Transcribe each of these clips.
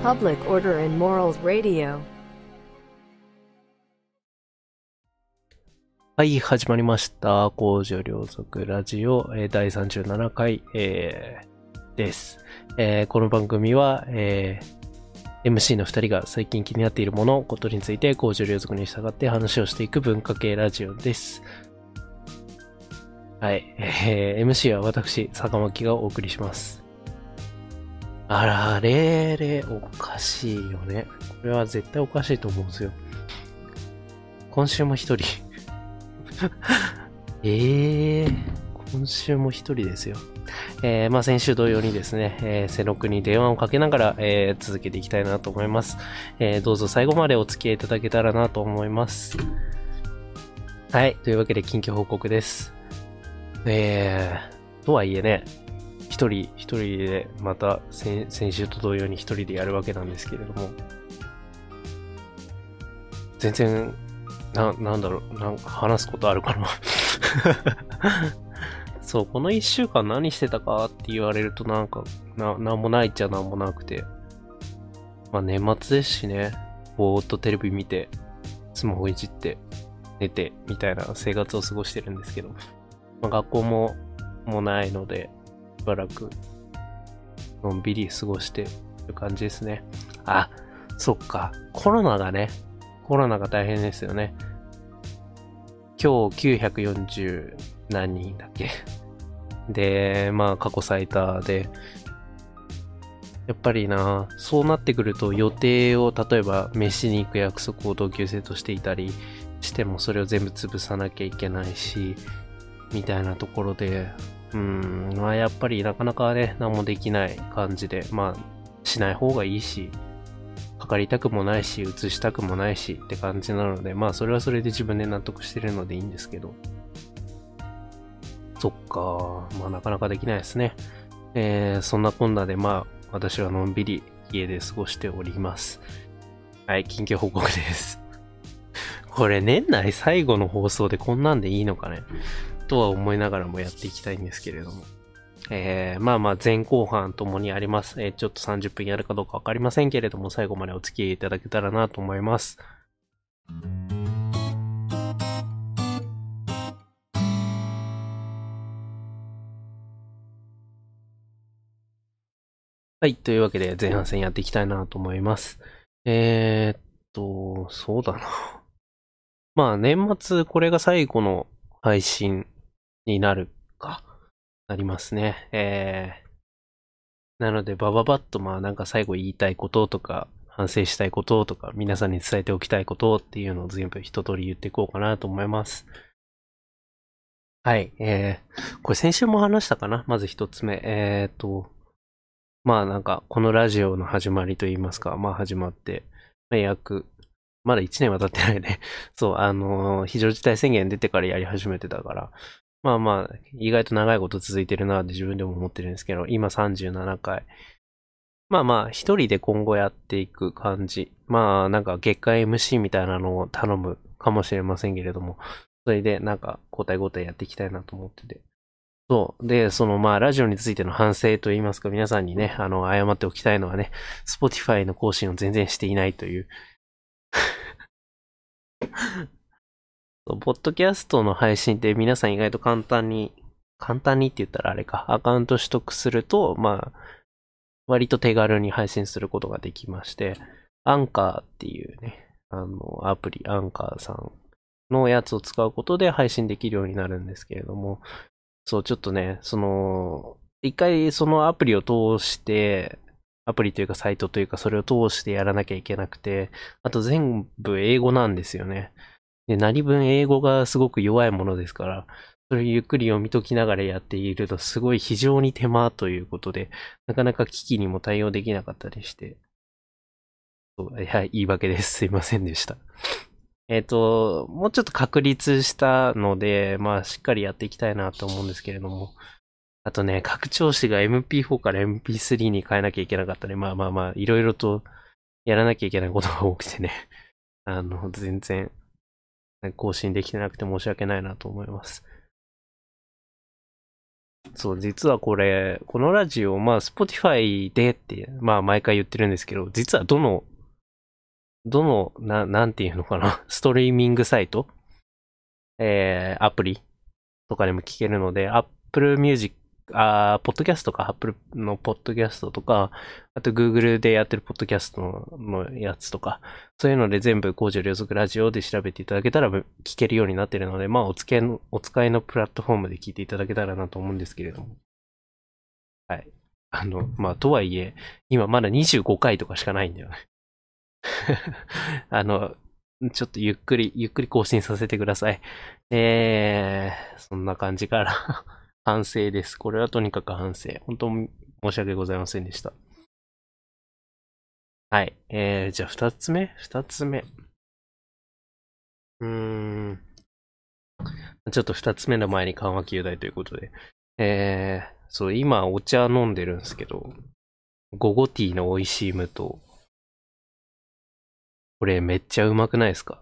Public Order and Morals Radio。 はい、始まりました。公序良俗ラジオ、第37回、です。この番組は、MC の2人が最近気になっているもの、ことについて公序良俗に従って話をしていく文化系ラジオです。はい、MC は私、坂巻がお送りします。あられおかしいよね。これは絶対おかしいと思うんですよ。今週も一人。今週も一人ですよ。先週同様にですね、瀬野くんに電話をかけながら、続けていきたいなと思います。どうぞ最後までお付き合いいただけたらなと思います。はい。というわけで、近況報告です。とはいえね、一人で、また先週と同様に一人でやるわけなんですけれども、全然、なんだろう、話すことあるかな。そう、この一週間何してたかって言われるとなんもないっちゃなんもなくて。まあ年末ですしね、ぼーっとテレビ見て、スマホいじって、寝て、みたいな生活を過ごしてるんですけど、まあ学校もないので、しばらく、のんびり過ごしてる感じですね。あ、そっか、コロナが大変ですよね。今日940何人だっけで、まあ過去最多で、やっぱりな、そうなってくると予定を例えば飯に行く約束を同級生としていたりしてもそれを全部潰さなきゃいけないし、みたいなところで、まあやっぱりなかなかね、何もできない感じで、まあしない方がいいし、かかりたくもないし、移したくもないしって感じなので、まあそれはそれで自分で納得してるのでいいんですけど。そっか、まあなかなかできないですね。そんなこんなでまあ私はのんびり家で過ごしております。はい、近況報告です。これ年内最後の放送でこんなんでいいのかねとは思いながらもやっていきたいんですけれども。まあ前後半ともにあります。ちょっと30分やるかどうかわかりませんけれども、最後までお付き合いいただけたらなと思います。はい、というわけで前半戦やっていきたいなと思います。そうだな。まあ年末これが最後の配信になりますね。なのでバババッと最後言いたいこととか反省したいこととか皆さんに伝えておきたいことっていうのを全部一通り言っていこうかなと思います。はい、これ先週も話したかな。まず一つ目。このラジオの始まりといいますか、始まって、まだ1年は経ってないね。そう、非常事態宣言出てからやり始めてたから、意外と長いこと続いてるなって自分でも思ってるんですけど、今37回。一人で今後やっていく感じ。月間 MC みたいなのを頼むかもしれませんけれども、それで交代交代やっていきたいなと思ってて。そう。で、ラジオについての反省といいますか、皆さんにね、謝っておきたいのはね、Spotify の更新を全然していないという。ポッドキャストの配信って皆さん意外と簡単にって言ったらあれか、アカウント取得すると、割と手軽に配信することができまして、アンカーっていうね、アプリ、アンカーさんのやつを使うことで配信できるようになるんですけれども、そう、ちょっとね、一回そのアプリを通して、アプリというかサイトというかそれを通してやらなきゃいけなくて、あと全部英語なんですよね。で、何分英語がすごく弱いものですから、それをゆっくり読み解きながらやっているとすごい非常に手間ということで、なかなか機器にも対応できなかったりして。はい、言い訳です。すいませんでした。もうちょっと確立したので、しっかりやっていきたいなと思うんですけれども。あとね、拡張子が MP4 から MP3 に変えなきゃいけなかったり、いろいろとやらなきゃいけないことが多くてね。全然、更新できてなくて申し訳ないなと思います。 そう、実はこれ、このラジオ、まあ、Spotify でって、まあ、毎回言ってるんですけど、実はなんていうのかな、ストリーミングサイト、アプリとかでも聞けるので、Apple Music、ポッドキャストか、Apple のポッドキャストとか、あと Google でやってるポッドキャストのやつとか、そういうので全部工場両属ラジオで調べていただけたら聞けるようになってるので、まあお使いのプラットフォームで聞いていただけたらなと思うんですけれども。はい。まあとはいえ、今まだ25回とかしかないんだよね。あの、ちょっとゆっくり更新させてください。そんな感じから反省です。これはとにかく反省。本当に申し訳ございませんでした。はい。じゃあ二つ目。ちょっと二つ目の前に緩和球大ということで。そう、今お茶飲んでるんですけど、午後ティーの美味しい無糖。これめっちゃうまくないですか？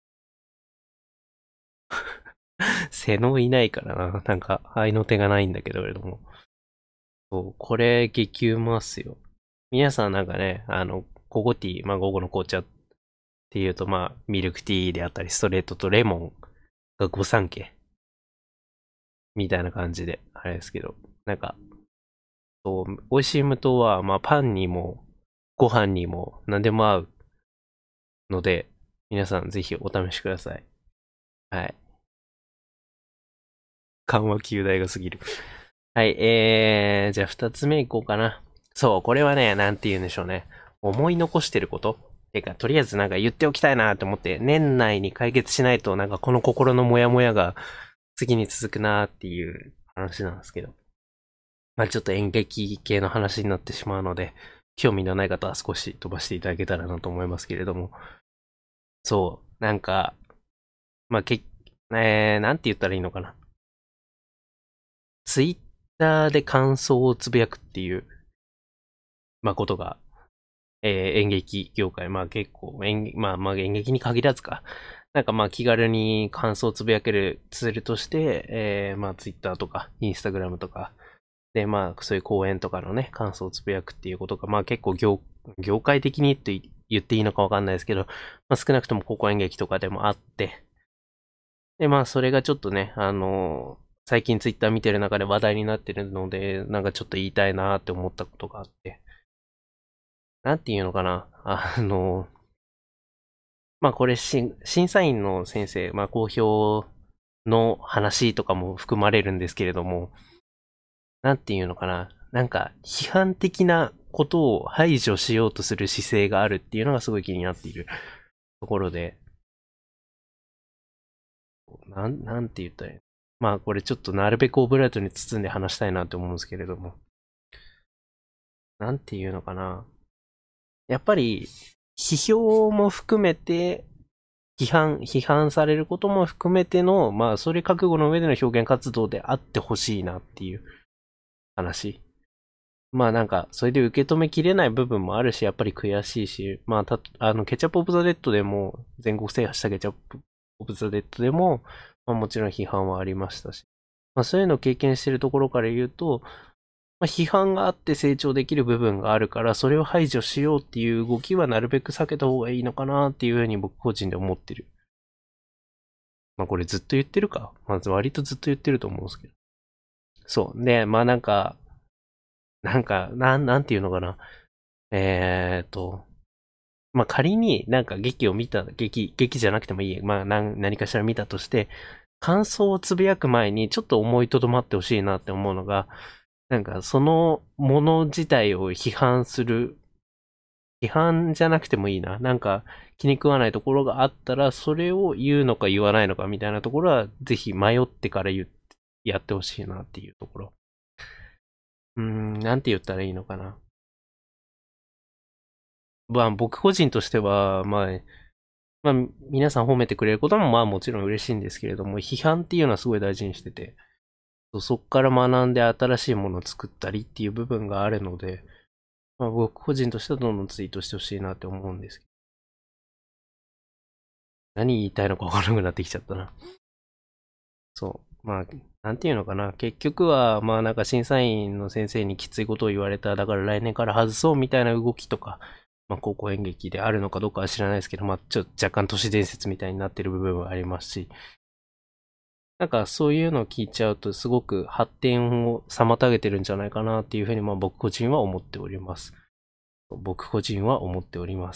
背のいないからな。なんか、愛の手がないんだけど、も。そう、これ激うまっすよ。皆さんなんかね、午後ティー、まあ午後の紅茶っていうと、まあ、ミルクティーであったり、ストレートとレモンが御三家みたいな感じで、あれですけど、なんか、そう、美味しい無糖は、まあパンにも、ご飯にも、何でも合うので、皆さんぜひお試しください。はい。緩和球大が過ぎる。はい、じゃあ二つ目いこうかな。そう、これはね、なんて言うんでしょうね。思い残してること。てか、とりあえずなんか言っておきたいなと思って、年内に解決しないと、なんかこの心のモヤモヤが次に続くなっていう話なんですけど。まあちょっと演劇系の話になってしまうので、興味のない方は少し飛ばしていただけたらなと思いますけれども。そう、なんか、まあなんて言ったらいいのかな。ツイッターで感想をつぶやくっていう、まあことが演劇業界、まあ結構、まあ演劇に限らずか。なんかまあ気軽に感想をつぶやけるツールとして、まあツイッターとか、インスタグラムとか、でまあそういう講演とかのね、感想をつぶやくっていうことが、まあ結構業界的にって言っていいのかわかんないですけど、まあ少なくとも高校演劇とかでもあって、でまあそれがちょっとね、最近ツイッター見てる中で話題になってるので、なんかちょっと言いたいなって思ったことがあって、なんていうのかな。まあこれ審査員の先生、まあ公表の話とかも含まれるんですけれども、なんていうのかな。なんか批判的なことを排除しようとする姿勢があるっていうのがすごい気になっているところで、なんて言ったらいいの。まあこれちょっとなるべくオブラートに包んで話したいなって思うんですけれども、なんていうのかな。やっぱり批評も含めて批判されることも含めての、まあ、それ覚悟の上での表現活動であってほしいなっていう話。まあなんか、それで受け止めきれない部分もあるし、やっぱり悔しいし、まあ、ケチャップオブザ・デッドでも、全国制覇したケチャップオブザ・デッドでも、まあもちろん批判はありましたし、まあそういうのを経験しているところから言うと、まあ、批判があって成長できる部分があるから、それを排除しようっていう動きはなるべく避けた方がいいのかなっていうふうに僕個人で思ってる。まあこれずっと言ってるか。まず割とずっと言ってると思うんですけど。そう。で、まあなんていうのかな。えーと、まあ仮になんか劇じゃなくてもいい。まあ何かしら見たとして、感想をつぶやく前にちょっと思いとどまってほしいなって思うのが、なんかそのもの自体を批判じゃなくてもいいな。なんか気に食わないところがあったら、それを言うのか言わないのかみたいなところは、ぜひ迷ってからやってほしいなっていうところ。なんて言ったらいいのかな。まあ僕個人としては、まあ皆さん褒めてくれることもまあもちろん嬉しいんですけれども、批判っていうのはすごい大事にしてて、そっから学んで新しいものを作ったりっていう部分があるので、まあ僕個人としてはどんどんツイートしてほしいなって思うんですけど。何言いたいのか分からなくなってきちゃったな。そう。まあ、 なんていうのかな。結局は、まあなんか審査員の先生にきついことを言われた。だから来年から外そうみたいな動きとか、まあ高校演劇であるのかどうかは知らないですけど、まあちょっと若干都市伝説みたいになってる部分はありますし、なんかそういうのを聞いちゃうとすごく発展を妨げてるんじゃないかなっていうふうに、まあ僕個人は思っております。僕個人は思っております。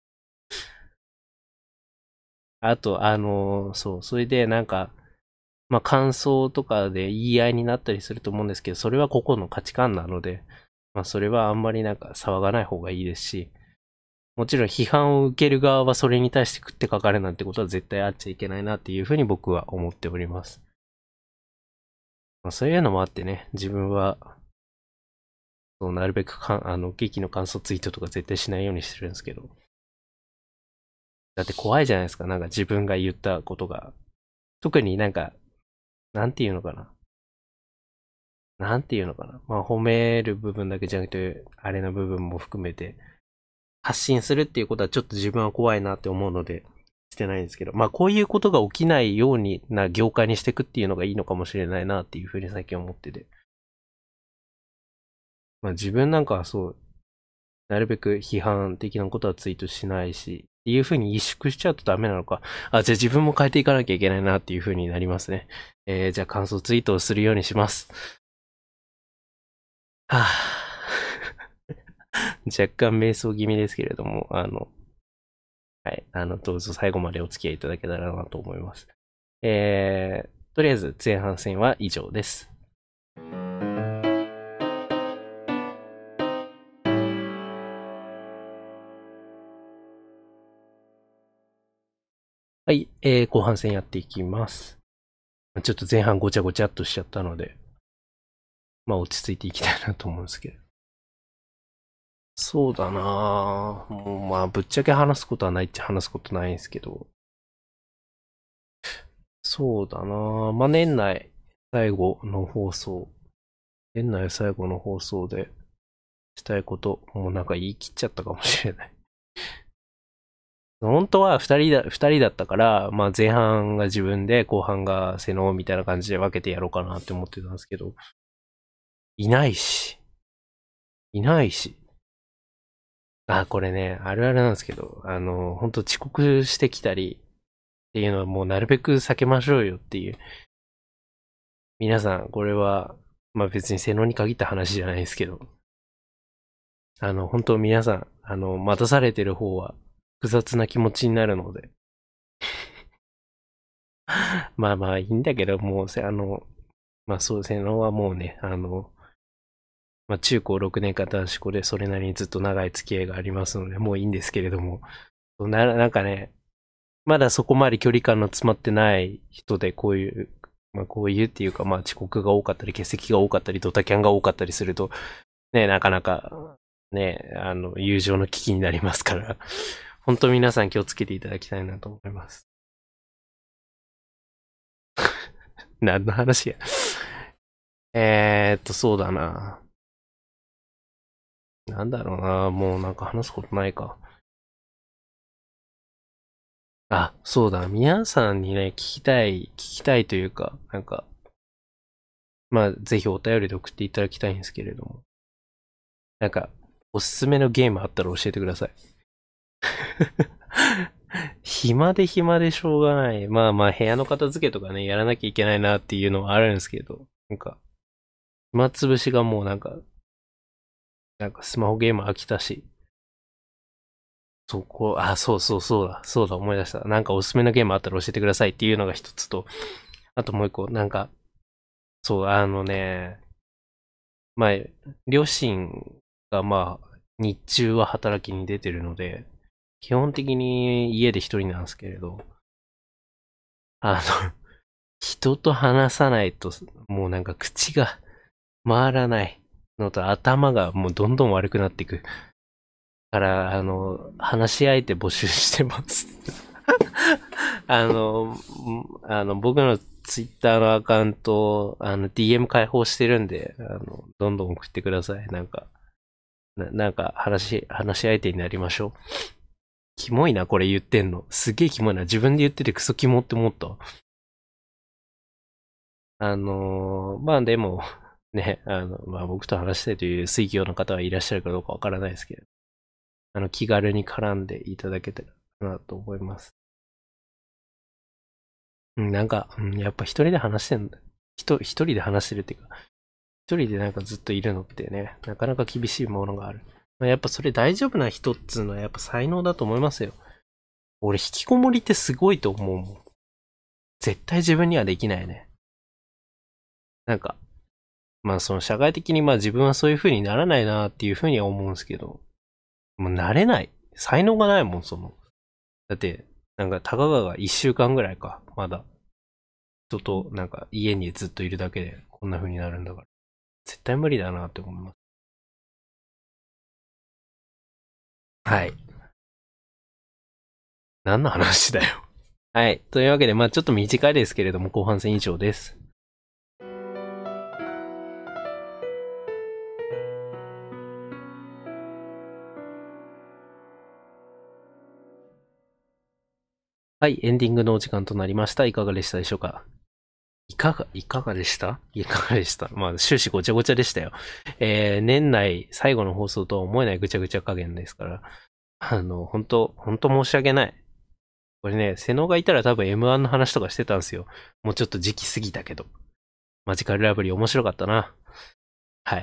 あと、そう、それでなんか、まあ感想とかで言い合いになったりすると思うんですけど、それは個々の価値観なので、まあそれはあんまりなんか騒がない方がいいですし、もちろん批判を受ける側はそれに対して食ってかかるなんてことは絶対あっちゃいけないなっていうふうに僕は思っております。まあそういうのもあってね、自分は、そうなるべく劇の感想ツイートとか絶対しないようにしてるんですけど。だって怖いじゃないですか、なんか自分が言ったことが。特になんか、なんていうのかな。なんていうのかな。まあ褒める部分だけじゃなくて、あれの部分も含めて、発信するっていうことはちょっと自分は怖いなって思うので、してないんですけど、まあこういうことが起きないようにな業界にしていくっていうのがいいのかもしれないなっていうふうに最近思ってて。まあ自分なんかはそう、なるべく批判的なことはツイートしないし、っていうふうに萎縮しちゃうとダメなのか。あ、じゃあ自分も変えていかなきゃいけないなっていうふうになりますね。じゃあ感想ツイートをするようにします。はぁ。若干瞑想気味ですけれども、はい、どうぞ最後までお付き合いいただけたらなと思います。とりあえず前半戦は以上です。はい、後半戦やっていきます。ちょっと前半ごちゃごちゃっとしちゃったので、まあ落ち着いていきたいなと思うんですけど。そうだなぁ。もうまあぶっちゃけ話すことはないっちゃ話すことないんですけど。そうだなぁ。まあ年内最後の放送。年内最後の放送でしたいこと、もうなんか言い切っちゃったかもしれない。本当は二人だったから、まあ前半が自分で後半が瀬能みたいな感じで分けてやろうかなって思ってたんですけど、いないし。いないし。あ、これね、あるあるなんですけど、本当遅刻してきたりっていうのはもうなるべく避けましょうよっていう。皆さん、これは、まあ別に性能に限った話じゃないですけど、本当皆さん、待たされてる方は複雑な気持ちになるので、まあまあいいんだけど、もうまあそう、性能はもうね、まあ中高6年間男子校でそれなりにずっと長い付き合いがありますので、もういいんですけれども、なんかね、まだそこまで距離感の詰まってない人でこういう、まあこういうっていうか、まあ遅刻が多かったり、欠席が多かったり、ドタキャンが多かったりすると、ね、なかなか、ね、友情の危機になりますから、本当皆さん気をつけていただきたいなと思います。何の話や。そうだな。なんだろうな。もうなんか話すことないか。あ、そうだ。皆さんにね、聞きたいというか、なんか、まあ、ぜひお便りで送っていただきたいんですけれども。なんか、おすすめのゲームあったら教えてください。暇でしょうがない。まあまあ、部屋の片付けとかね、やらなきゃいけないなっていうのはあるんですけど、なんか、暇つぶしがもうなんかスマホゲーム飽きたし、そうだ、思い出した。なんかおすすめのゲームあったら教えてくださいっていうのが一つと、あともう一個、なんか、そう、まあ、両親がまあ、日中は働きに出てるので、基本的に家で一人なんですけれど、あの、人と話さないと、もうなんか口が回らないのと頭がもうどんどん悪くなっていく。から、話し相手募集してますあの、僕のツイッターのアカウント、DM 開放してるんで、どんどん送ってください。なんか話し相手になりましょう。キモいな、これ言ってんの。すげえキモいな。自分で言っててクソキモって思った。 まあでも、ね、まあ僕と話したいという水業の方はいらっしゃるかどうかわからないですけど、気軽に絡んでいただけたらなと思います。なんか、やっぱ一人で話してんだ。一人で話してるっていうか、一人でなんかずっといるのってね、なかなか厳しいものがある。まあ、やっぱそれ大丈夫な人っつうのはやっぱ才能だと思いますよ。俺引きこもりってすごいと思うもん。絶対自分にはできないね。なんか、まあその社会的にまあ自分はそういう風にならないなっていう風には思うんですけど、もうなれない。才能がないもん、だって、なんかたかが一週間ぐらいか、まだ。人となんか家にずっといるだけでこんな風になるんだから。絶対無理だなって思います。はい。何の話だよ。はい。というわけで、まあちょっと短いですけれども、後半戦以上です。はい。エンディングのお時間となりました。いかがでしたでしょうか？いかがでしたまあ終始ごちゃごちゃでしたよ。年内最後の放送とは思えないぐちゃぐちゃ加減ですから。本当申し訳ない。これね、瀬能がいたら多分 M1 の話とかしてたんですよ。もうちょっと時期過ぎたけど。マジカルラブリー面白かったな。はい。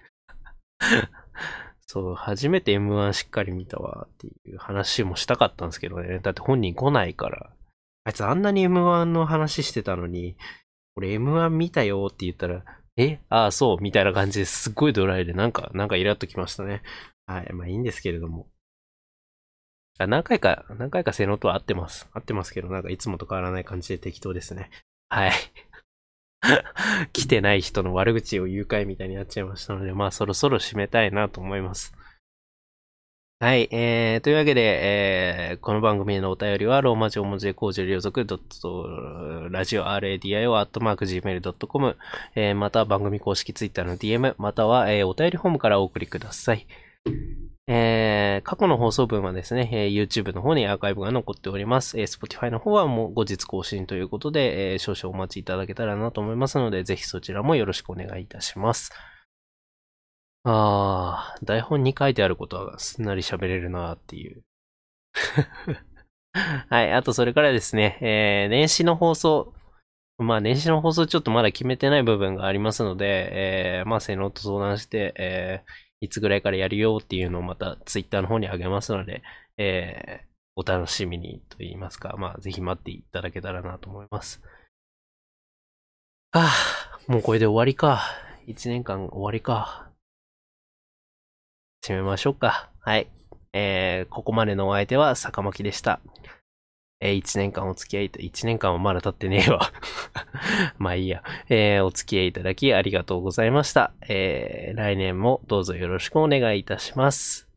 そう、初めて M1 しっかり見たわっていう話もしたかったんですけどね。だって本人来ないから。あいつあんなに M1 の話してたのに、俺 M1 見たよって言ったら、ああ、そう、みたいな感じですっごいドライで、なんかイラっときましたね。はい。まあいいんですけれども。何回か性能とは合ってます。合ってますけど、なんかいつもと変わらない感じで適当ですね。はい。来てない人の悪口を言うかいみたいになっちゃいましたので、まあそろそろ締めたいなと思います。はい、というわけで、この番組へのお便りは、ローマ字大文字で工事両属.radio.radio.gmail.com、または番組公式ツイッターの DM、または、お便りフォームからお送りください。過去の放送分はですね、YouTube の方にアーカイブが残っております。Spotify の方はもう後日更新ということで、少々お待ちいただけたらなと思いますので、ぜひそちらもよろしくお願いいたします。台本に書いてあることはすんなり喋れるなっていう。はい、あとそれからですね、年始の放送。まあ年始の放送ちょっとまだ決めてない部分がありますので、まあ性能と相談して、いつぐらいからやるよっていうのをまたツイッターの方にあげますので、お楽しみにと言いますか、まあぜひ待っていただけたらなと思います。もうこれで終わりか。1年間終わりか。締めましょうか。はい。ここまでのお相手は坂巻でした。1年間お付き合い、1年間はまだ経ってねえわ。まあいいや。お付き合いいただきありがとうございました。来年もどうぞよろしくお願いいたします。